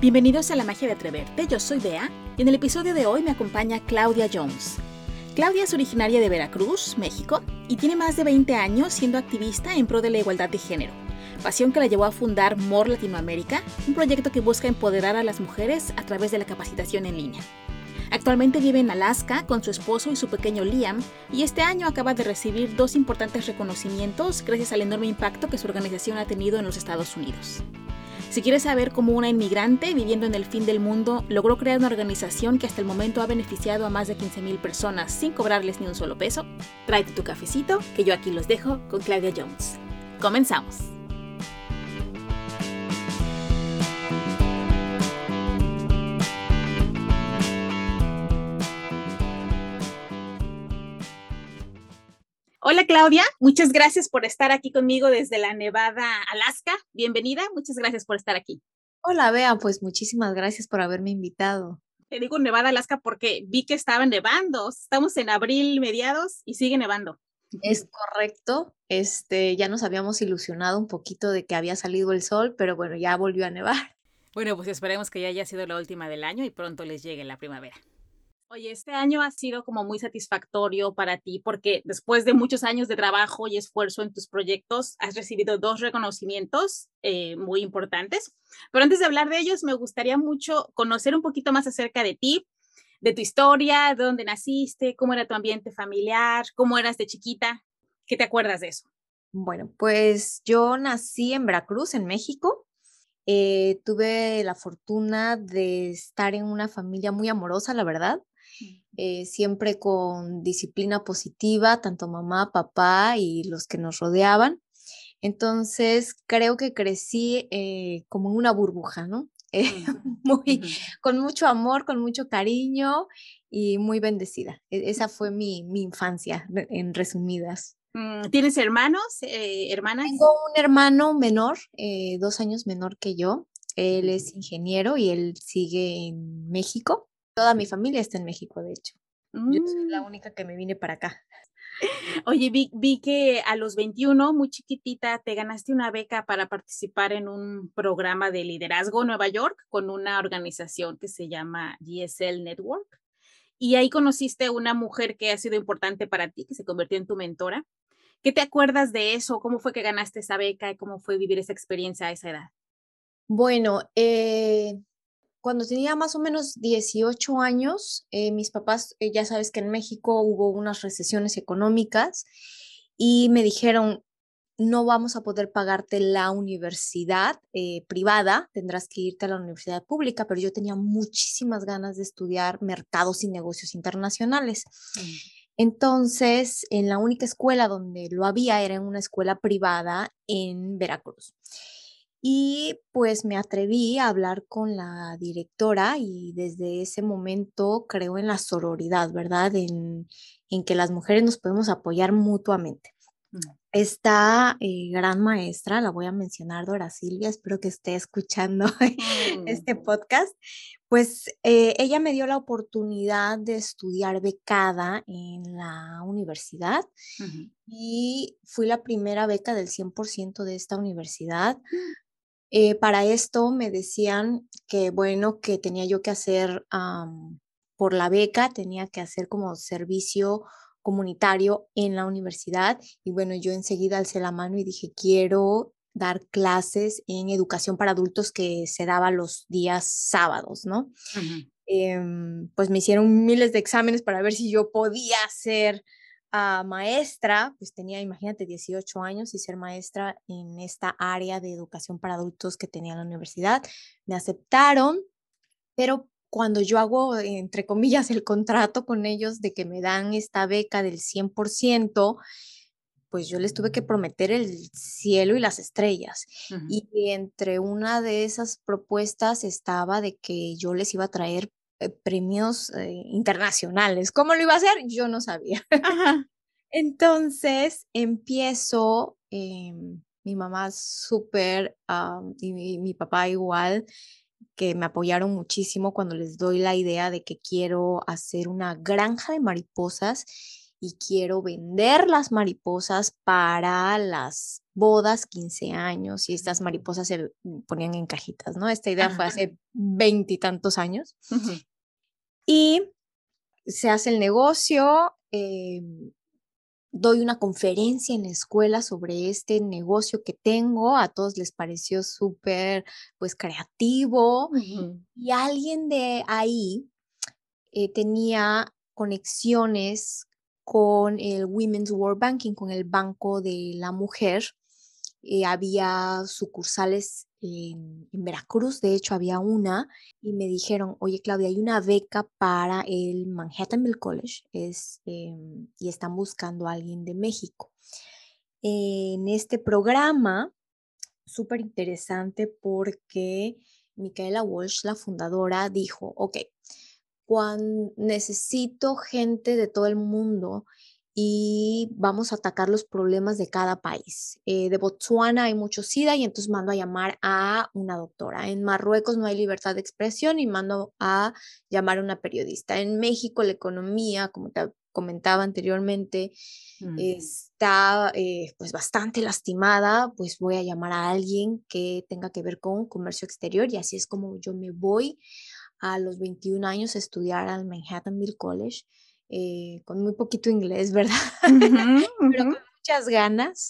Bienvenidos a La Magia de Atreverte, yo soy Bea y en el episodio de hoy me acompaña Claudia Jones. Claudia es originaria de Veracruz, México, y tiene más de 20 años siendo activista en pro de la igualdad de género, pasión que la llevó a fundar More Latinoamérica, un proyecto que busca empoderar a las mujeres a través de la capacitación en línea. Actualmente vive en Alaska con su esposo y su pequeño Liam, y este año acaba de recibir 2 importantes reconocimientos gracias al enorme impacto que su organización ha tenido en los Estados Unidos. Si quieres saber cómo una inmigrante viviendo en el fin del mundo logró crear una organización que hasta el momento ha beneficiado a más de 15,000 personas sin cobrarles ni un solo peso, tráete tu cafecito, que yo aquí los dejo con Claudia Jones. ¡Comenzamos! Hola Claudia, muchas gracias por estar aquí conmigo desde la Nevada, Alaska. Bienvenida, muchas gracias por estar aquí. Hola, Bea, pues muchísimas gracias por haberme invitado. Te digo Nevada, Alaska porque vi que estaba nevando. Estamos en abril mediados y sigue nevando. Es correcto, ya nos habíamos ilusionado un poquito de que había salido el sol, pero bueno, ya volvió a nevar. Bueno, pues esperemos que ya haya sido la última del año y pronto les llegue la primavera. Oye, este año ha sido como muy satisfactorio para ti porque después de muchos años de trabajo y esfuerzo en tus proyectos, has recibido 2 reconocimientos muy importantes. Pero antes de hablar de ellos, me gustaría mucho conocer un poquito más acerca de ti, de tu historia, de dónde naciste, cómo era tu ambiente familiar, cómo eras de chiquita. ¿Qué te acuerdas de eso? Bueno, pues yo nací en Veracruz, en México. Tuve la fortuna de estar en una familia muy amorosa, la verdad. Siempre con disciplina positiva, tanto mamá, papá y los que nos rodeaban. Entonces, creo que crecí como en una burbuja, ¿no? Muy, con mucho amor, con mucho cariño y muy bendecida. Esa fue mi infancia, en resumidas. ¿Tienes hermanos, hermanas? Tengo un hermano menor, 2 años menor que yo. Él es ingeniero y él sigue en México. Toda mi familia está en México, de hecho. Yo soy la única que me vine para acá. Oye, vi que a los 21, muy chiquitita, te ganaste una beca para participar en un programa de liderazgo en Nueva York con una organización que se llama GSL Network. Y ahí conociste una mujer que ha sido importante para ti, que se convirtió en tu mentora. ¿Qué te acuerdas de eso? ¿Cómo fue que ganaste esa beca y cómo fue vivir esa experiencia a esa edad? Bueno, cuando tenía más o menos 18 años, mis papás, ya sabes que en México hubo unas recesiones económicas y me dijeron, no vamos a poder pagarte la universidad privada, tendrás que irte a la universidad pública, pero yo tenía muchísimas ganas de estudiar mercados y negocios internacionales. Entonces, en la única escuela donde lo había era en una escuela privada en Veracruz. Y pues me atreví a hablar con la directora y desde ese momento creo en la sororidad, ¿verdad? En que las mujeres nos podemos apoyar mutuamente. Esta gran maestra, la voy a mencionar, Dora Silvia, espero que esté escuchando este podcast, pues ella me dio la oportunidad de estudiar becada en la universidad y fui la primera beca del 100% de esta universidad. Para esto me decían que, bueno, que tenía yo que hacer, por la beca, tenía que hacer como servicio comunitario en la universidad. Y bueno, yo enseguida alcé la mano y dije, quiero dar clases en educación para adultos que se daba los días sábados, ¿no? Pues me hicieron miles de exámenes para ver si yo podía ser maestra, pues tenía, imagínate, 18 años y ser maestra en esta área de educación para adultos que tenía la universidad. Me aceptaron, pero cuando yo hago, entre comillas, el contrato con ellos de que me dan esta beca del 100%, pues yo les tuve que prometer el cielo y las estrellas. Y entre una de esas propuestas estaba de que yo les iba a traer premios internacionales. ¿Cómo lo iba a hacer? Yo no sabía. Ajá. Entonces empiezo, mi mamá súper, y mi papá igual, que me apoyaron muchísimo cuando les doy la idea de que quiero hacer una granja de mariposas y quiero vender las mariposas para las bodas, 15 años y estas mariposas se ponían en cajitas, ¿no? Esta idea fue hace 20 y tantos años. Ujú. Y se hace el negocio, doy una conferencia en la escuela sobre este negocio que tengo, a todos les pareció súper, pues, creativo, Ujú. y alguien de ahí tenía conexiones con el Women's World Banking, con el Banco de la Mujer. Había sucursales en Veracruz, de hecho había una, y me dijeron, oye Claudia, hay una beca para el Manhattanville College y están buscando a alguien de México. En este programa, súper interesante porque Micaela Walsh, la fundadora, dijo, ok, necesito gente de todo el mundo y vamos a atacar los problemas de cada país. De Botsuana hay mucho SIDA y entonces mando a llamar a una doctora. En Marruecos no hay libertad de expresión y mando a llamar a una periodista. En México la economía, como te comentaba anteriormente, está pues bastante lastimada, pues voy a llamar a alguien que tenga que ver con comercio exterior y así es como yo me voy a los 21 años a estudiar al Manhattanville College, con muy poquito inglés, ¿verdad? Ujú, Pero ujú. con muchas ganas.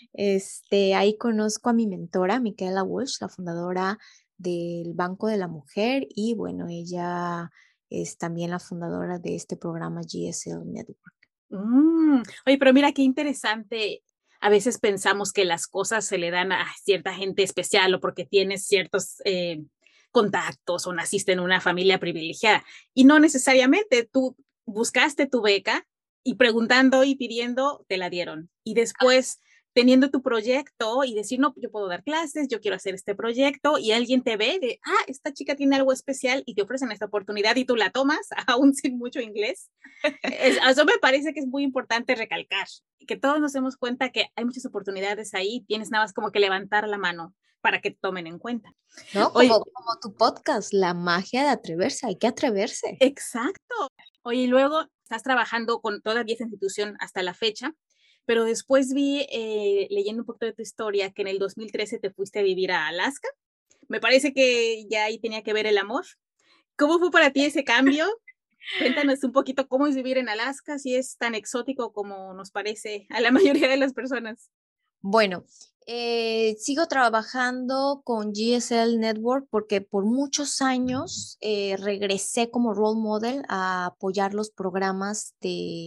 Ahí conozco a mi mentora, Micaela Walsh, la fundadora del Banco de la Mujer, y bueno, ella es también la fundadora de este programa GSL Network. Oye, pero mira qué interesante. A veces pensamos que las cosas se le dan a cierta gente especial o porque tienes ciertos contactos o naciste en una familia privilegiada. Y no necesariamente. Tú buscaste tu beca y preguntando y pidiendo, te la dieron. Y después teniendo tu proyecto y decir, no, yo puedo dar clases, yo quiero hacer este proyecto y alguien te ve de, esta chica tiene algo especial y te ofrecen esta oportunidad y tú la tomas, aún sin mucho inglés. Eso me parece que es muy importante recalcar, que todos nos demos cuenta que hay muchas oportunidades ahí, tienes nada más como que levantar la mano para que tomen en cuenta. ¿No? Oye, Como tu podcast, la magia de atreverse, hay que atreverse. exacto. Oye, y luego estás trabajando con todavía esa institución hasta la fecha, pero después vi, leyendo un poco de tu historia, que en el 2013 te fuiste a vivir a Alaska. Me parece que ya ahí tenía que ver el amor. ¿Cómo fue para ti ese cambio? Cuéntanos un poquito cómo es vivir en Alaska, si es tan exótico como nos parece a la mayoría de las personas. Bueno, sigo trabajando con GSL Network porque por muchos años regresé como role model a apoyar los programas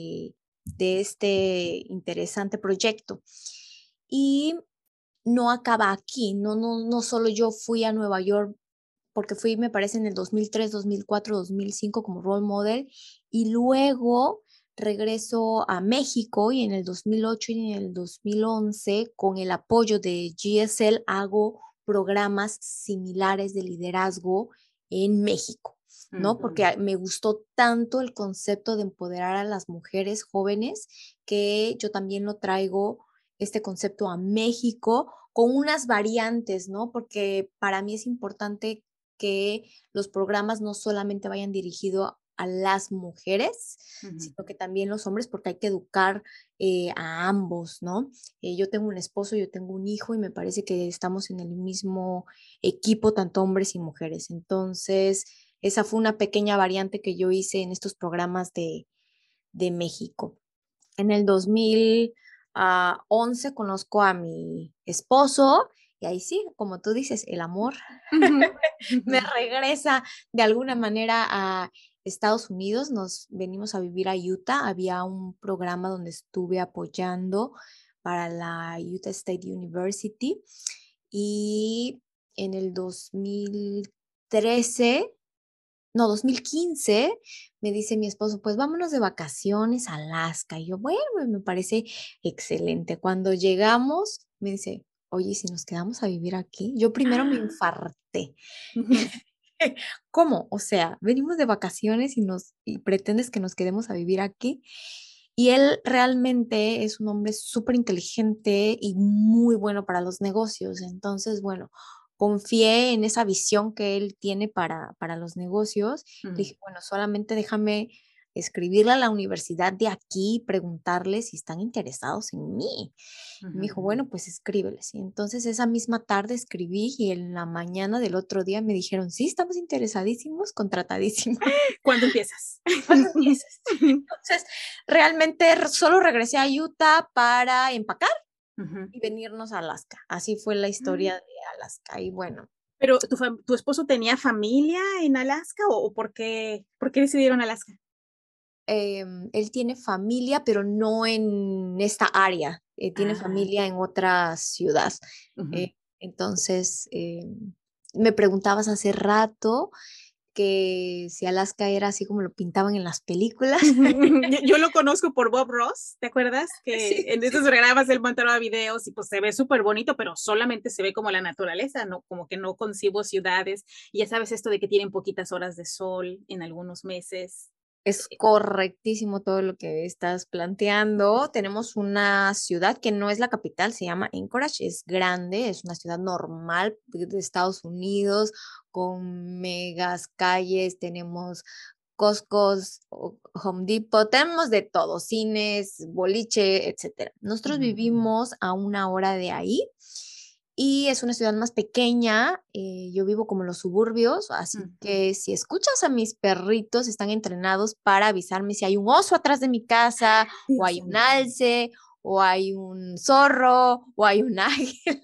de este interesante proyecto. Y no acaba aquí, no solo yo fui a Nueva York, porque fui, me parece, en el 2003, 2004, 2005 como role model, y luego regreso a México y en el 2008 y en el 2011, con el apoyo de GSL, hago programas similares de liderazgo en México, ¿no? Porque me gustó tanto el concepto de empoderar a las mujeres jóvenes que yo también lo traigo este concepto a México con unas variantes, ¿no? Porque para mí es importante que los programas no solamente vayan dirigidos a las mujeres, sino que también los hombres, porque hay que educar a ambos, ¿no? Yo tengo un esposo, yo tengo un hijo y me parece que estamos en el mismo equipo, tanto hombres y mujeres. Entonces, esa fue una pequeña variante que yo hice en estos programas de México. En el 2011 conozco a mi esposo y ahí sí, como tú dices, el amor me regresa de alguna manera a Estados Unidos. Nos venimos a vivir a Utah. Había un programa donde estuve apoyando para la Utah State University y en el 2013, no, 2015, me dice mi esposo, pues vámonos de vacaciones a Alaska. Y yo, bueno, me parece excelente. Cuando llegamos, me dice, oye, ¿y si nos quedamos a vivir aquí? Yo primero me infarté. ¿Cómo? O sea, venimos de vacaciones y pretendes que nos quedemos a vivir aquí. Y él realmente es un hombre súper inteligente y muy bueno para los negocios. Entonces, bueno, confié en esa visión que él tiene para los negocios. Le dije, bueno, solamente déjame escribirle a la universidad de aquí, preguntarles si están interesados en mí. Y me dijo, bueno, pues escríbeles. Y entonces esa misma tarde escribí y en la mañana del otro día me dijeron, sí, estamos interesadísimos, contratadísimos. ¿Cuándo empiezas? ¿Cuándo empiezas? Entonces, realmente solo regresé a Utah para empacar y venirnos a Alaska. Así fue la historia de Alaska. Y bueno. ¿Pero tu esposo tenía familia en Alaska o por qué decidieron Alaska? Él tiene familia, pero no en esta área. Tiene familia en otra ciudad. Entonces, me preguntabas hace rato que si Alaska era así como lo pintaban en las películas. Yo lo conozco por Bob Ross, ¿te acuerdas? Que Sí, en esos programas él montaba videos y pues se ve súper bonito, pero solamente se ve como la naturaleza, ¿no? Como que no concibo ciudades. Y ya sabes esto de que tienen poquitas horas de sol en algunos meses. es correctísimo todo lo que estás planteando. Tenemos una ciudad que no es la capital, se llama Anchorage, es grande, es una ciudad normal de Estados Unidos, con megas calles, tenemos Costco's, Home Depot, tenemos de todo, cines, boliche, etcétera. Nosotros vivimos a 1 hora de ahí y es una ciudad más pequeña. Yo vivo como en los suburbios, así que si escuchas a mis perritos, están entrenados para avisarme si hay un oso atrás de mi casa, o hay un alce, o hay un zorro, o hay un águila.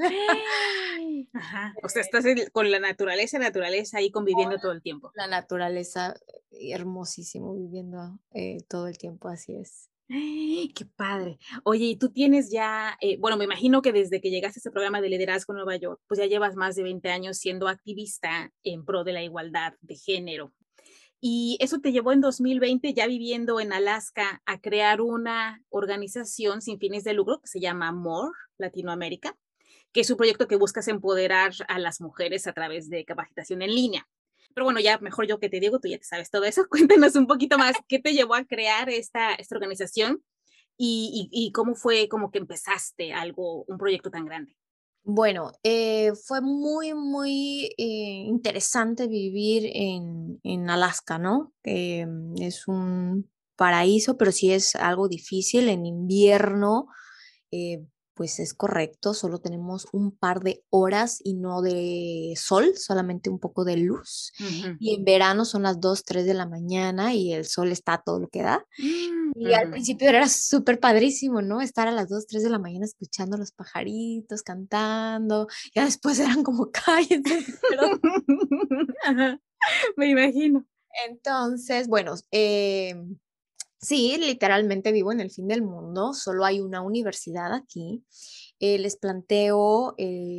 Ajá. O sea, estás con la naturaleza ahí conviviendo todo el tiempo. La naturaleza, hermosísimo, viviendo todo el tiempo, así es. Qué padre. Oye, y tú tienes ya, bueno, me imagino que desde que llegaste a este programa de liderazgo en Nueva York, pues ya llevas más de 20 años siendo activista en pro de la igualdad de género. Y eso te llevó en 2020, ya viviendo en Alaska, a crear una organización sin fines de lucro que se llama MORE Latinoamérica, que es un proyecto que buscas empoderar a las mujeres a través de capacitación en línea. Pero bueno, ya mejor yo que te digo, tú ya te sabes todo eso. Cuéntanos un poquito más, ¿qué te llevó a crear esta organización y cómo fue como que empezaste algo, un proyecto tan grande? Bueno, fue muy, muy interesante vivir en Alaska, ¿no? Es un paraíso, pero sí es algo difícil. En invierno, eh, pues es correcto, solo tenemos un par de horas y no de sol, solamente un poco de luz. Y en verano son las 2, 3 de la mañana y el sol está a todo lo que da. Y al principio era súper padrísimo, ¿no? Estar a las 2, 3 de la mañana escuchando a los pajaritos cantando. Ya después eran como, cállense, pero Ajá, me imagino. entonces, bueno, sí, literalmente vivo en el fin del mundo, solo hay una universidad aquí. Les planteo,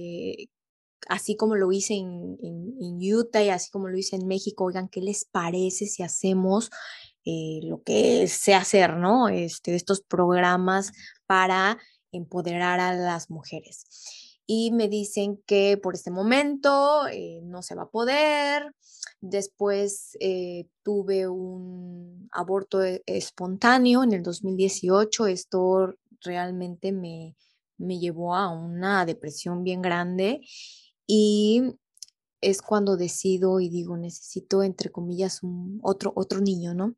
así como lo hice en Utah y así como lo hice en México, oigan, ¿qué les parece si hacemos lo que sé hacer, ¿no? De estos programas para empoderar a las mujeres. Y me dicen que por este momento no se va a poder. Después tuve un aborto espontáneo en el 2018. Esto realmente me llevó a una depresión bien grande y es cuando decido y digo, necesito, entre comillas, otro niño, ¿no?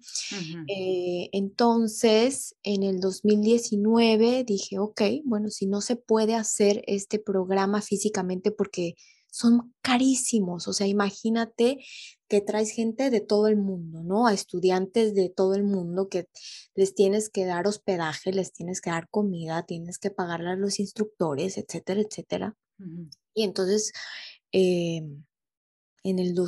Entonces, en el 2019 dije, ok, bueno, si no se puede hacer este programa físicamente porque son carísimos, o sea, imagínate que traes gente de todo el mundo, ¿no? A estudiantes de todo el mundo que les tienes que dar hospedaje, les tienes que dar comida, tienes que pagarle a los instructores, etcétera, etcétera. Y entonces, en el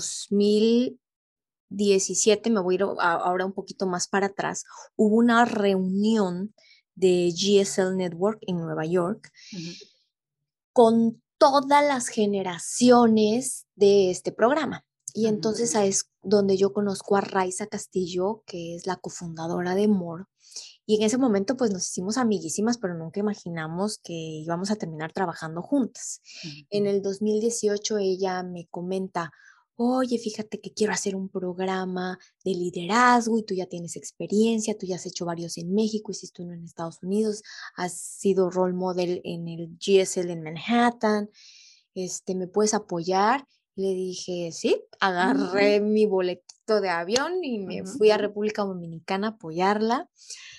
2017, me voy a ir ahora un poquito más para atrás, hubo una reunión de GSL Network en Nueva York con todas las generaciones de este programa. Y entonces ahí es donde yo conozco a Raiza Castillo, que es la cofundadora de MORE. Y en ese momento pues nos hicimos amiguísimas, pero nunca imaginamos que íbamos a terminar trabajando juntas. En el 2018 ella me comenta, oye, fíjate que quiero hacer un programa de liderazgo y tú ya tienes experiencia, tú ya has hecho varios en México, hiciste uno en Estados Unidos, has sido role model en el GSL en Manhattan, ¿me puedes apoyar? Le dije, sí, agarré mi boletito directo de avión y me fui a República Dominicana a apoyarla.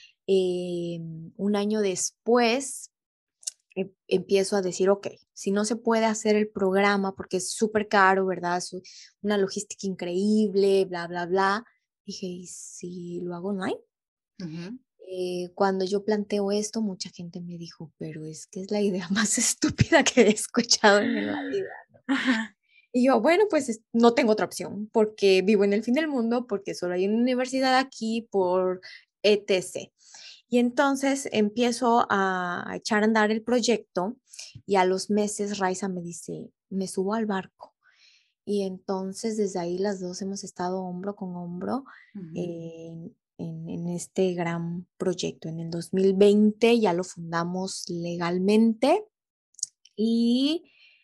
Un año después empiezo a decir, ok, si no se puede hacer el programa porque es súper caro, ¿verdad? Es una logística increíble, bla, bla, bla. Dije, ¿y si lo hago online? Cuando yo planteo esto, mucha gente me dijo, pero es que es la idea más estúpida que he escuchado en la vida, ¿no? Ajá. Y yo, bueno, pues no tengo otra opción porque vivo en el fin del mundo, porque solo hay una universidad aquí, por etc. Y entonces empiezo a echar a andar el proyecto y a los meses Raiza me dice, me subo al barco. Y entonces desde ahí las dos hemos estado hombro con hombro en este gran proyecto. En el 2020 ya lo fundamos legalmente y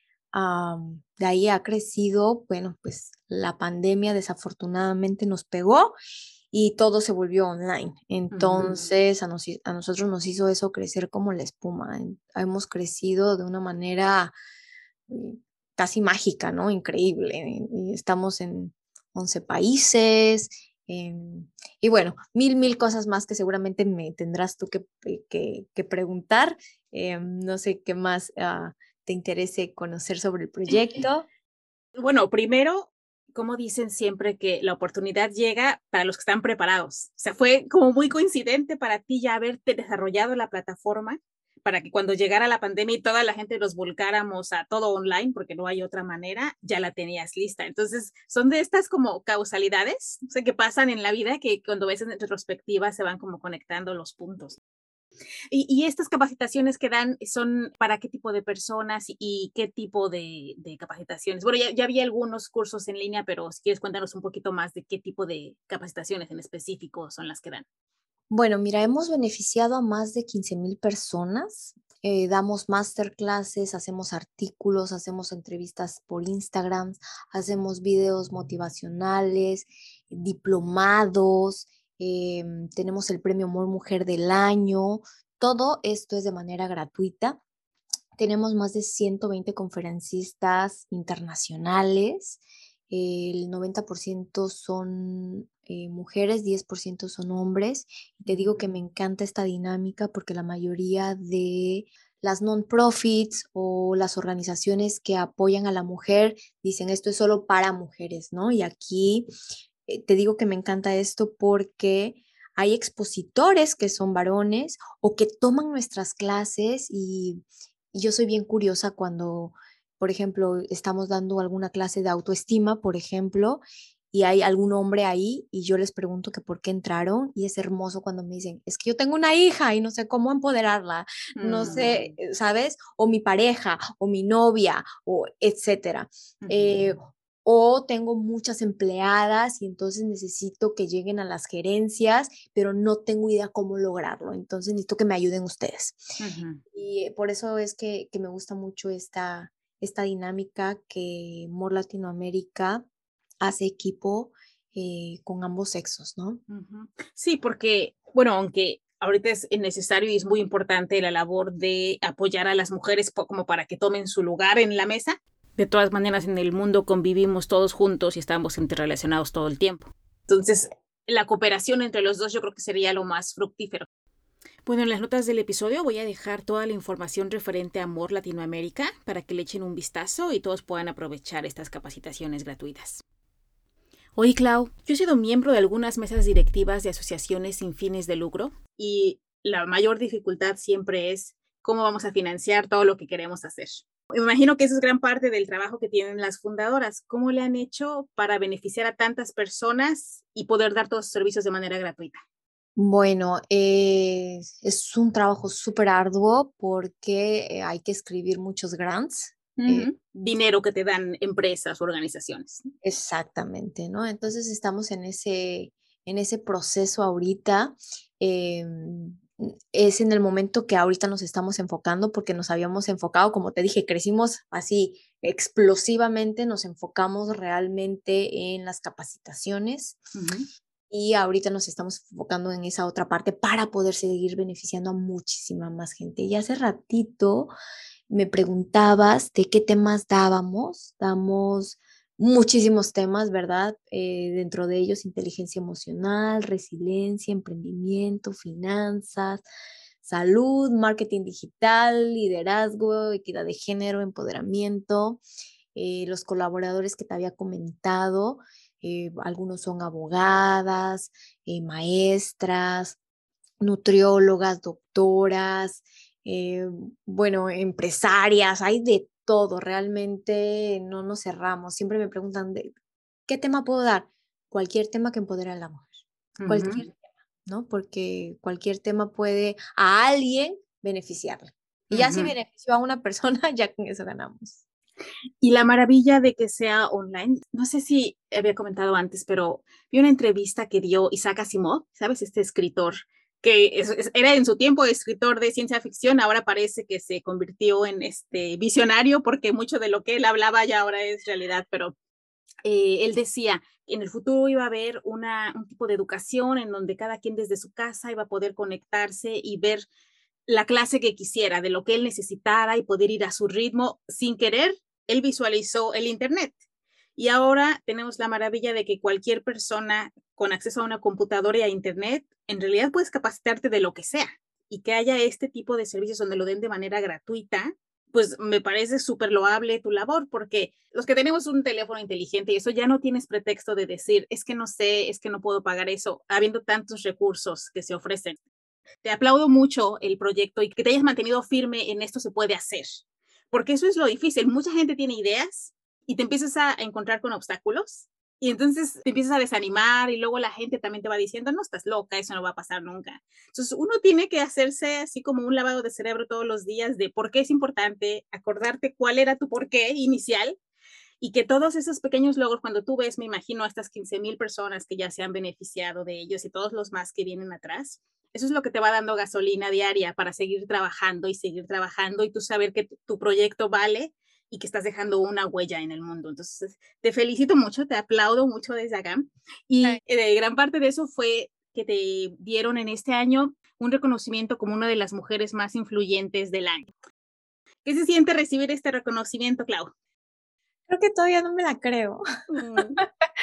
de ahí ha crecido. Bueno, pues la pandemia desafortunadamente nos pegó y todo se volvió online. Entonces a nosotros nos hizo eso crecer como la espuma. Hemos crecido de una manera mm, casi mágica, ¿no? Increíble. Y estamos en 11 países. Y bueno, mil cosas más que seguramente me tendrás tú que preguntar. No sé qué más te interese conocer sobre el proyecto. Bueno, primero, como dicen siempre que la oportunidad llega para los que están preparados. O sea, fue como muy coincidente para ti ya haberte desarrollado la plataforma para que cuando llegara la pandemia y toda la gente nos volcáramos a todo online, porque no hay otra manera, ya la tenías lista. Entonces, son de estas como causalidades, o sea, que pasan en la vida, que cuando ves en retrospectiva se van como conectando los puntos. Y estas capacitaciones que dan son para qué tipo de personas y qué tipo de capacitaciones. Bueno, ya había algunos cursos en línea, pero si quieres cuéntanos un poquito más de qué tipo de capacitaciones en específico son las que dan. Bueno, mira, hemos beneficiado a más de 15,000 personas. Damos masterclasses, hacemos artículos, hacemos entrevistas por Instagram, hacemos videos motivacionales, diplomados, tenemos el premio Amor Mujer del Año. Todo esto es de manera gratuita. Tenemos más de 120 conferencistas internacionales. El 90% son mujeres, 10% son hombres. Te digo que me encanta esta dinámica porque la mayoría de las non-profits o las organizaciones que apoyan a la mujer dicen esto es solo para mujeres, ¿no? Y aquí te digo que me encanta esto porque hay expositores que son varones o que toman nuestras clases y yo soy bien curiosa cuando, por ejemplo, estamos dando alguna clase de autoestima, por ejemplo, y hay algún hombre ahí y yo les pregunto que por qué entraron y es hermoso cuando me dicen, es que yo tengo una hija y no sé cómo empoderarla, no sé, ¿sabes? O mi pareja, o mi novia, o etcétera. O tengo muchas empleadas y entonces necesito que lleguen a las gerencias, pero no tengo idea cómo lograrlo. Entonces necesito que me ayuden ustedes. Y por eso es que me gusta mucho esta dinámica que More Latinoamérica hace equipo con ambos sexos, ¿no? Sí, porque, bueno, aunque ahorita es necesario y es muy importante la labor de apoyar a las mujeres como para que tomen su lugar en la mesa, de todas maneras en el mundo convivimos todos juntos y estamos interrelacionados todo el tiempo. Entonces, la cooperación entre los dos yo creo que sería lo más fructífero. Bueno, en las notas del episodio voy a dejar toda la información referente a Amor Latinoamérica para que le echen un vistazo y todos puedan aprovechar estas capacitaciones gratuitas. Oye, Clau, yo he sido miembro de algunas mesas directivas de asociaciones sin fines de lucro y la mayor dificultad siempre es cómo vamos a financiar todo lo que queremos hacer. Me imagino que eso es gran parte del trabajo que tienen las fundadoras. ¿Cómo le han hecho para beneficiar a tantas personas y poder dar todos sus servicios de manera gratuita? Bueno, es un trabajo súper arduo porque hay que escribir muchos grants. Dinero que te dan empresas, organizaciones. Exactamente, ¿no? Entonces estamos en ese proceso ahorita. Es en el momento que ahorita nos estamos enfocando porque nos habíamos enfocado, como te dije, crecimos así explosivamente, nos enfocamos realmente en las capacitaciones. Y ahorita nos estamos enfocando en esa otra parte para poder seguir beneficiando a muchísima más gente. Y hace ratito me preguntabas de qué temas dábamos. Damos muchísimos temas, ¿verdad? Dentro de ellos inteligencia emocional, resiliencia, emprendimiento, finanzas, salud, marketing digital, liderazgo, equidad de género, empoderamiento. Los colaboradores que te había comentado, algunos son abogadas, maestras, nutriólogas, doctoras, eh, bueno, empresarias, hay de todo, realmente no nos cerramos. Siempre me preguntan, ¿qué tema puedo dar? Cualquier tema que empodere a la mujer, cualquier Ujú, tema, ¿no? Porque cualquier tema puede a alguien beneficiarle. Y ya si ujú. benefició a una persona, ya con eso ganamos. Y la maravilla de que sea online, no sé si había comentado antes, pero vi una entrevista que dio Isaac Asimov, ¿sabes? Este escritor que era en su tiempo escritor de ciencia ficción, ahora parece que se convirtió en este visionario porque mucho de lo que él hablaba ya ahora es realidad, pero él decía, en el futuro iba a haber un tipo de educación en donde cada quien desde su casa iba a poder conectarse y ver la clase que quisiera, de lo que él necesitara y poder ir a su ritmo sin querer. Él visualizó el Internet. Y ahora tenemos la maravilla de que cualquier persona con acceso a una computadora y a Internet, en realidad puedes capacitarte de lo que sea. Y que haya este tipo de servicios donde lo den de manera gratuita, pues me parece súper loable tu labor, porque los que tenemos un teléfono inteligente y eso ya no tienes pretexto de decir, es que no sé, es que no puedo pagar eso, habiendo tantos recursos que se ofrecen. Te aplaudo mucho el proyecto y que te hayas mantenido firme en esto se puede hacer, porque eso es lo difícil. Mucha gente tiene ideas y te empiezas a encontrar con obstáculos y entonces te empiezas a desanimar y luego la gente también te va diciendo, no estás loca, eso no va a pasar nunca. Entonces uno tiene que hacerse así como un lavado de cerebro todos los días de por qué es importante, acordarte cuál era tu porqué inicial y que todos esos pequeños logros, cuando tú ves, me imagino, a estas 15,000 personas que ya se han beneficiado de ellos y todos los más que vienen atrás, eso es lo que te va dando gasolina diaria para seguir trabajando y tú saber que tu proyecto vale y que estás dejando una huella en el mundo. Entonces, te felicito mucho, te aplaudo mucho desde acá. Ay, Y gran parte de eso fue que te dieron en este año un reconocimiento como una de las mujeres más influyentes del año. ¿Qué se siente recibir este reconocimiento, Clau? creo que todavía no me la creo. Mm.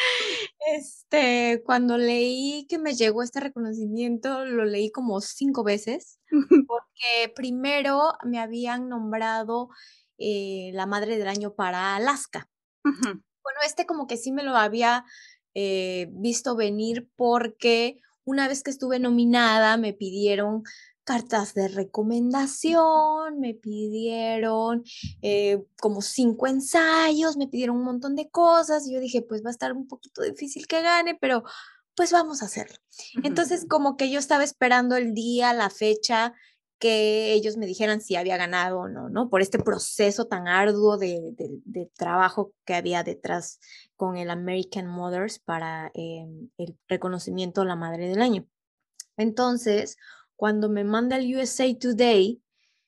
Cuando leí que me llegó este reconocimiento, lo leí como 5 veces, porque primero me habían nombrado, la madre del año para Alaska. Ujú, Bueno, como que sí me lo había, visto venir, porque una vez que estuve nominada, me pidieron cartas de recomendación, me pidieron, como 5 ensayos, me pidieron un montón de cosas, y yo dije: "Pues va a estar un poquito difícil que gane, pero, pues vamos a hacerlo". ujú. Entonces, como que yo estaba esperando el día, la fecha, que ellos me dijeran si había ganado o no, ¿no? Por este proceso tan arduo de trabajo que había detrás con el American Mothers para, el reconocimiento a la madre del año. Entonces, cuando me manda el USA Today,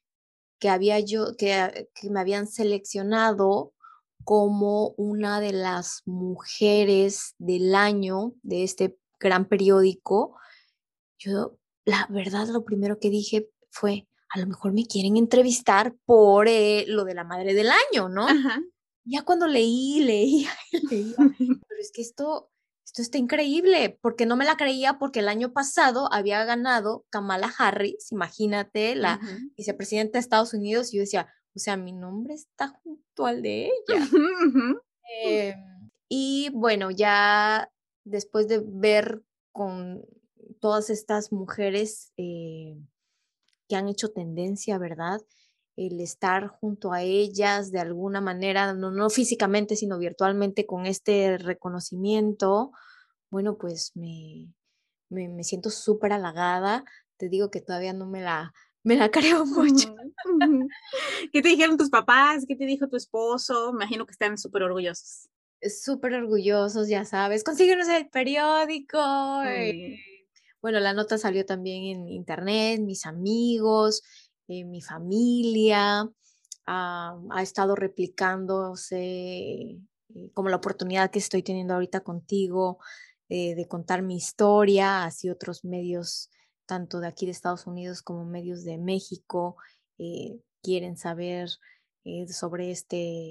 que me habían seleccionado como una de las mujeres del año de este gran periódico, yo, la verdad, lo primero que dije fue: "A lo mejor me quieren entrevistar por, lo de la madre del año", ¿no? Ajá. Ya cuando leía y leía, pero es que esto está increíble, porque no me la creía, porque el año pasado había ganado Kamala Harris, imagínate, la Ujú. vicepresidenta de Estados Unidos, y yo decía: "O sea, mi nombre está junto al de ella". Ujú, ujú. Y bueno, ya después de ver con todas estas mujeres, que han hecho tendencia, ¿verdad? El estar junto a ellas de alguna manera, no físicamente, sino virtualmente con este reconocimiento, bueno, pues me siento súper halagada. Te digo que todavía no me la creo mucho. Ujú, ujú. ¿Qué te dijeron tus papás? ¿Qué te dijo tu esposo? Me imagino que están súper orgullosos. Súper orgullosos, ya sabes, consíguenos el periódico. Mm, Bueno, la nota salió también en internet, mis amigos, mi familia, ha estado replicándose, como la oportunidad que estoy teniendo ahorita contigo, de contar mi historia, así otros medios, tanto de aquí de Estados Unidos como medios de México, quieren saber sobre este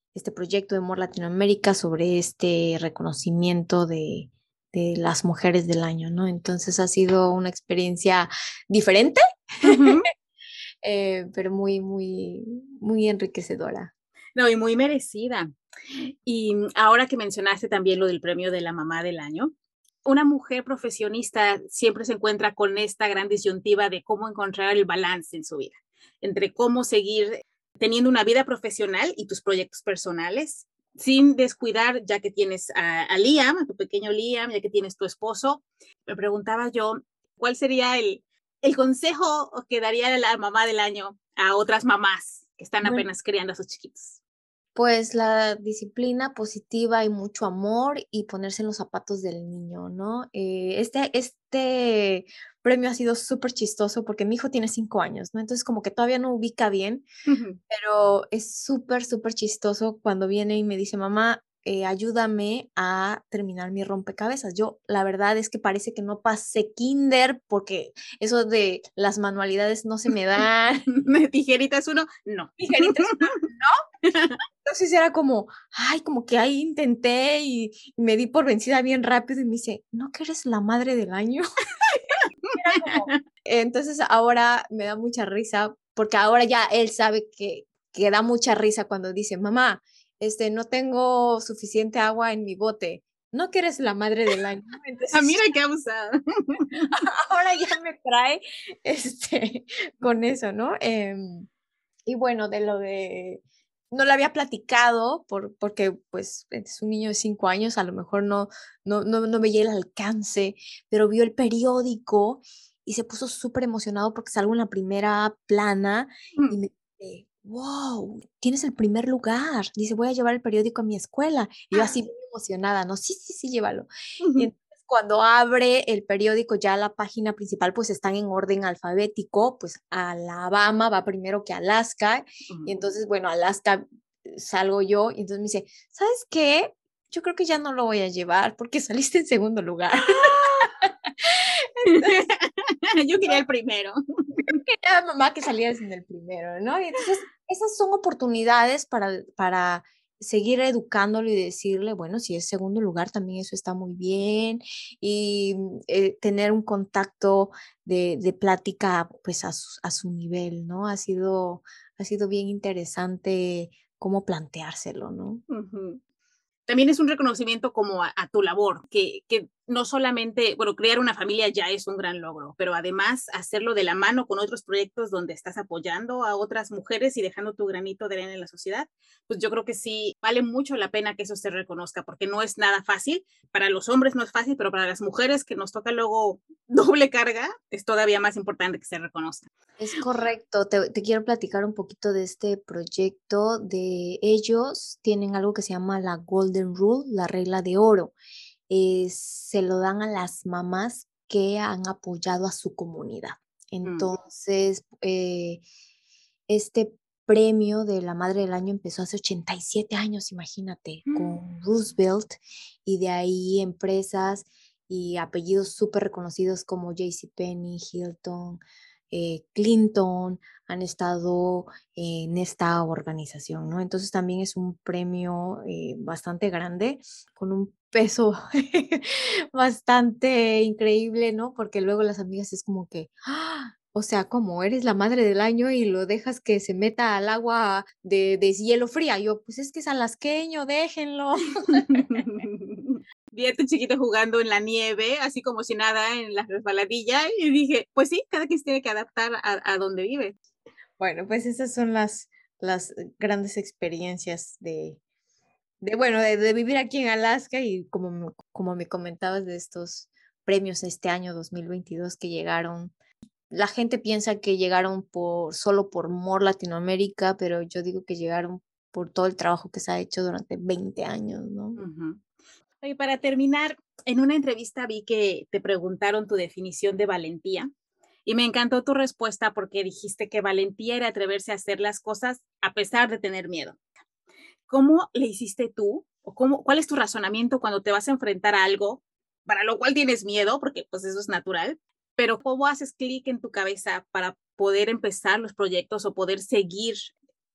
este proyecto de More Latinoamérica sobre este reconocimiento de las mujeres del año, ¿no? Entonces ha sido una experiencia diferente, Ujú. pero muy, muy, muy enriquecedora. No, y muy merecida. Y ahora que mencionaste también lo del premio de la mamá del año, una mujer profesionista siempre se encuentra con esta gran disyuntiva de cómo encontrar el balance en su vida, entre cómo seguir teniendo una vida profesional y tus proyectos personales, sin descuidar, ya que tienes a Liam, a tu pequeño Liam, ya que tienes tu esposo. Me preguntaba yo, ¿cuál sería el consejo que daría la mamá del año a otras mamás que están Bueno, apenas criando a sus chiquitos? pues la disciplina positiva y mucho amor y ponerse en los zapatos del niño, ¿no? Este premio ha sido súper chistoso porque mi hijo tiene 5 años, ¿no? Entonces como que todavía no ubica bien, pero es súper, súper chistoso cuando viene y me dice, mamá, ayúdame a terminar mi rompecabezas. Yo, la verdad es que parece que no pasé kinder porque eso de las manualidades no se me dan. Tijeritas uno, no. Tijeritas, entonces era como, ay, como que ahí intenté y me di por vencida bien rápido y me dice, ¿no que eres la madre del año? Era como, entonces ahora me da mucha risa porque ahora ya él sabe que da mucha risa cuando dice, mamá, no tengo suficiente agua en mi bote. No que eres la madre del año. Ah, Entonces mira qué abusada. ahora ya me trae con eso, ¿no? Y bueno, de lo de, no le había platicado porque pues es un niño de 5 años, a lo mejor no veía el alcance, pero vio el periódico y se puso súper emocionado porque salgo en la primera plana y me dice, wow, tienes el primer lugar. Dice, voy a llevar el periódico a mi escuela. Y yo así muy emocionada, ¿no? Sí, sí, sí, llévalo. Y entonces cuando abre el periódico, ya la página principal, pues están en orden alfabético, pues Alabama va primero que Alaska, y entonces, bueno, Alaska salgo yo, y entonces me dice, ¿sabes qué? Yo creo que ya no lo voy a llevar porque saliste en segundo lugar. Entonces, Yo quería el primero. era mamá que salías en el primero, ¿no? Y entonces, esas son oportunidades para seguir educándolo y decirle, bueno, si es segundo lugar, también eso está muy bien, y tener un contacto de plática, pues, a su nivel, ¿no? Ha sido bien interesante cómo planteárselo, ¿no? Ujú. También es un reconocimiento como a tu labor, que no solamente, bueno, crear una familia ya es un gran logro, pero además hacerlo de la mano con otros proyectos donde estás apoyando a otras mujeres y dejando tu granito de arena en la sociedad, pues yo creo que sí vale mucho la pena que eso se reconozca, porque no es nada fácil. Para los hombres no es fácil, pero para las mujeres que nos toca luego doble carga, es todavía más importante que se reconozca. Es correcto, te quiero platicar un poquito de este proyecto. De ellos tienen algo que se llama la Golden Rule, la regla de oro. Se lo dan a las mamás que han apoyado a su comunidad. Mm, Entonces, este premio de la Madre del Año empezó hace 87 años, imagínate, mm, con Roosevelt, y de ahí empresas y apellidos súper reconocidos como JCPenney, Hilton, Clinton han estado en esta organización, ¿no? Entonces también es un premio bastante grande, con un peso bastante increíble, ¿no? Porque luego las amigas es como que, ¡ah! O sea, como eres la madre del año y lo dejas que se meta al agua de hielo fría. Yo, pues es que es alasqueño, déjenlo. Vi a tu chiquito jugando en la nieve, así como si nada, en la resbaladilla, y dije, pues sí, cada quien se tiene que adaptar a donde vive. Bueno, pues esas son las grandes experiencias bueno, de vivir aquí en Alaska y como me comentabas de estos premios este año 2022 que llegaron. La gente piensa que llegaron solo por More Latinoamérica, pero yo digo que llegaron por todo el trabajo que se ha hecho durante 20 años, ¿no? Ujú. Oye, para terminar, en una entrevista vi que te preguntaron tu definición de valentía y me encantó tu respuesta porque dijiste que valentía era atreverse a hacer las cosas a pesar de tener miedo. ¿Cómo le hiciste tú? ¿O cuál es tu razonamiento cuando te vas a enfrentar a algo para lo cual tienes miedo? Porque pues eso es natural, pero ¿cómo haces clic en tu cabeza para poder empezar los proyectos o poder seguir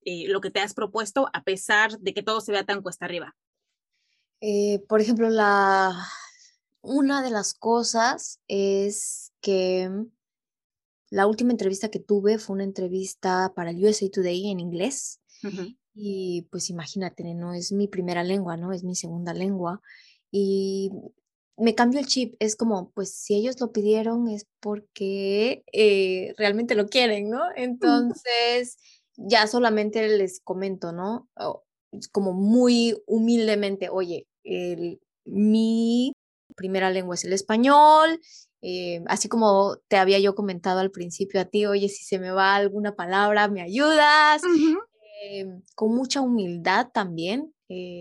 lo que te has propuesto a pesar de que todo se vea tan cuesta arriba? Por ejemplo, una de las cosas es que la última entrevista que tuve fue una entrevista para el USA Today en inglés. Uh-huh. Y pues imagínate, no es mi primera lengua, ¿no? Es mi segunda lengua. Y me cambió el chip. Es como, pues si ellos lo pidieron es porque realmente lo quieren, ¿no? Entonces, ya solamente les comento, ¿no? Como muy humildemente, oye, mi primera lengua es el español. Así como te había yo comentado al principio a ti, oye, si se me va alguna palabra, ¿me ayudas? Uh-huh. Con mucha humildad también.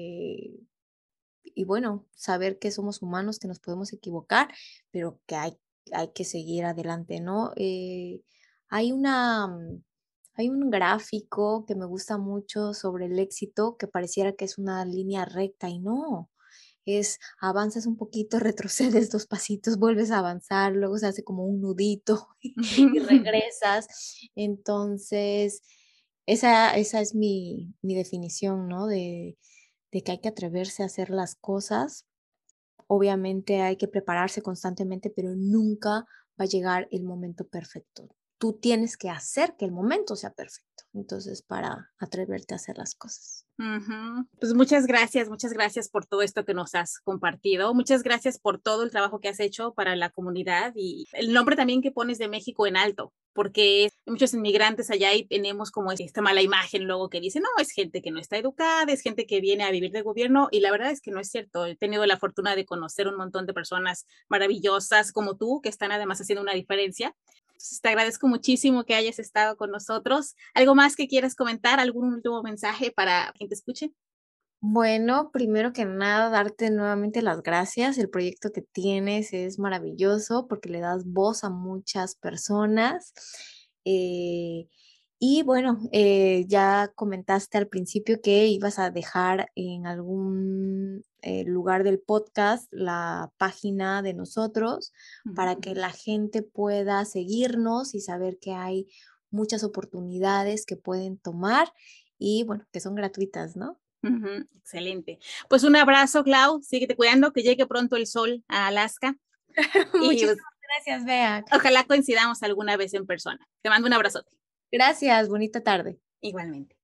Y bueno, saber que somos humanos, que nos podemos equivocar, pero que hay que seguir adelante, ¿no? Hay hay un gráfico que me gusta mucho sobre el éxito que pareciera que es una línea recta y no. Es avanzas un poquito, retrocedes 2 pasitos, vuelves a avanzar, luego se hace como un nudito y regresas. Entonces, esa es mi definición, ¿no? De que hay que atreverse a hacer las cosas. Obviamente hay que prepararse constantemente, pero nunca va a llegar el momento perfecto. Tú tienes que hacer que el momento sea perfecto, entonces, para atreverte a hacer las cosas. Uh-huh. Pues muchas gracias por todo esto que nos has compartido. Muchas gracias por todo el trabajo que has hecho para la comunidad y el nombre también que pones de México en alto, porque hay muchos inmigrantes allá y tenemos como esta mala imagen luego que dicen, no, es gente que no está educada, es gente que viene a vivir de gobierno, y la verdad es que no es cierto. He tenido la fortuna de conocer un montón de personas maravillosas como tú, que están además haciendo una diferencia. Entonces, te agradezco muchísimo que hayas estado con nosotros. ¿Algo más que quieras comentar? ¿Algún último mensaje para quien te escuche? Bueno, primero que nada, darte nuevamente las gracias. El proyecto que tienes es maravilloso porque le das voz a muchas personas. Eh, y bueno, ya comentaste al principio que ibas a dejar en algún lugar del podcast la página de nosotros para que la gente pueda seguirnos y saber que hay muchas oportunidades que pueden tomar y bueno, que son gratuitas, ¿no? Uh-huh. Excelente. Pues un abrazo, Clau. Síguete cuidando, que llegue pronto el sol a Alaska. Y Muchísimas pues, gracias, Bea. ojalá coincidamos alguna vez en persona. Te mando un abrazote. Gracias, bonita tarde. Igualmente.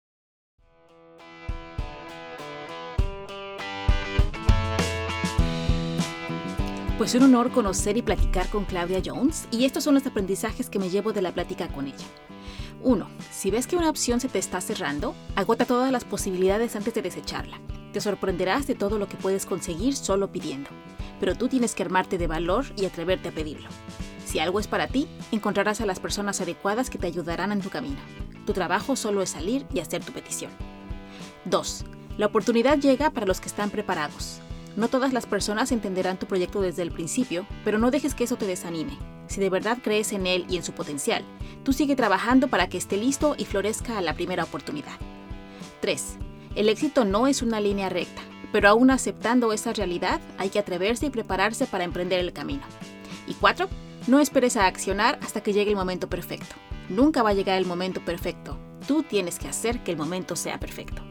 Pues un honor conocer y platicar con Claudia Jones, y estos son los aprendizajes que me llevo de la plática con ella. 1. Si ves que una opción se te está cerrando, agota todas las posibilidades antes de desecharla. Te sorprenderás de todo lo que puedes conseguir solo pidiendo. Pero tú tienes que armarte de valor y atreverte a pedirlo. Si algo es para ti, encontrarás a las personas adecuadas que te ayudarán en tu camino. Tu trabajo solo es salir y hacer tu petición. 2. La oportunidad llega para los que están preparados. No todas las personas entenderán tu proyecto desde el principio, pero no dejes que eso te desanime. Si de verdad crees en él y en su potencial, tú sigue trabajando para que esté listo y florezca a la primera oportunidad. 3. El éxito no es una línea recta, pero aún aceptando esa realidad, hay que atreverse y prepararse para emprender el camino. Y 4. No esperes a accionar hasta que llegue el momento perfecto. Nunca va a llegar el momento perfecto. Tú tienes que hacer que el momento sea perfecto.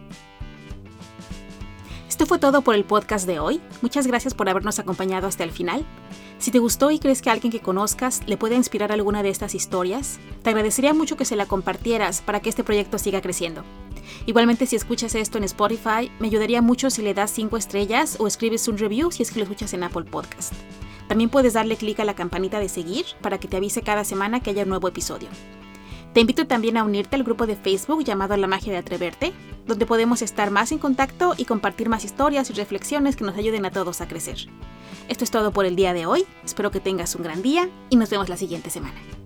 Esto fue todo por el podcast de hoy. Muchas gracias por habernos acompañado hasta el final. Si te gustó y crees que alguien que conozcas le puede inspirar alguna de estas historias, te agradecería mucho que se la compartieras para que este proyecto siga creciendo. Igualmente, si escuchas esto en Spotify, me ayudaría mucho si le das 5 estrellas o escribes un review si es que lo escuchas en Apple Podcast. También puedes darle clic a la campanita de seguir para que te avise cada semana que haya un nuevo episodio. Te invito también a unirte al grupo de Facebook llamado La Magia de Atreverte, donde podemos estar más en contacto y compartir más historias y reflexiones que nos ayuden a todos a crecer. Esto es todo por el día de hoy. Espero que tengas un gran día y nos vemos la siguiente semana.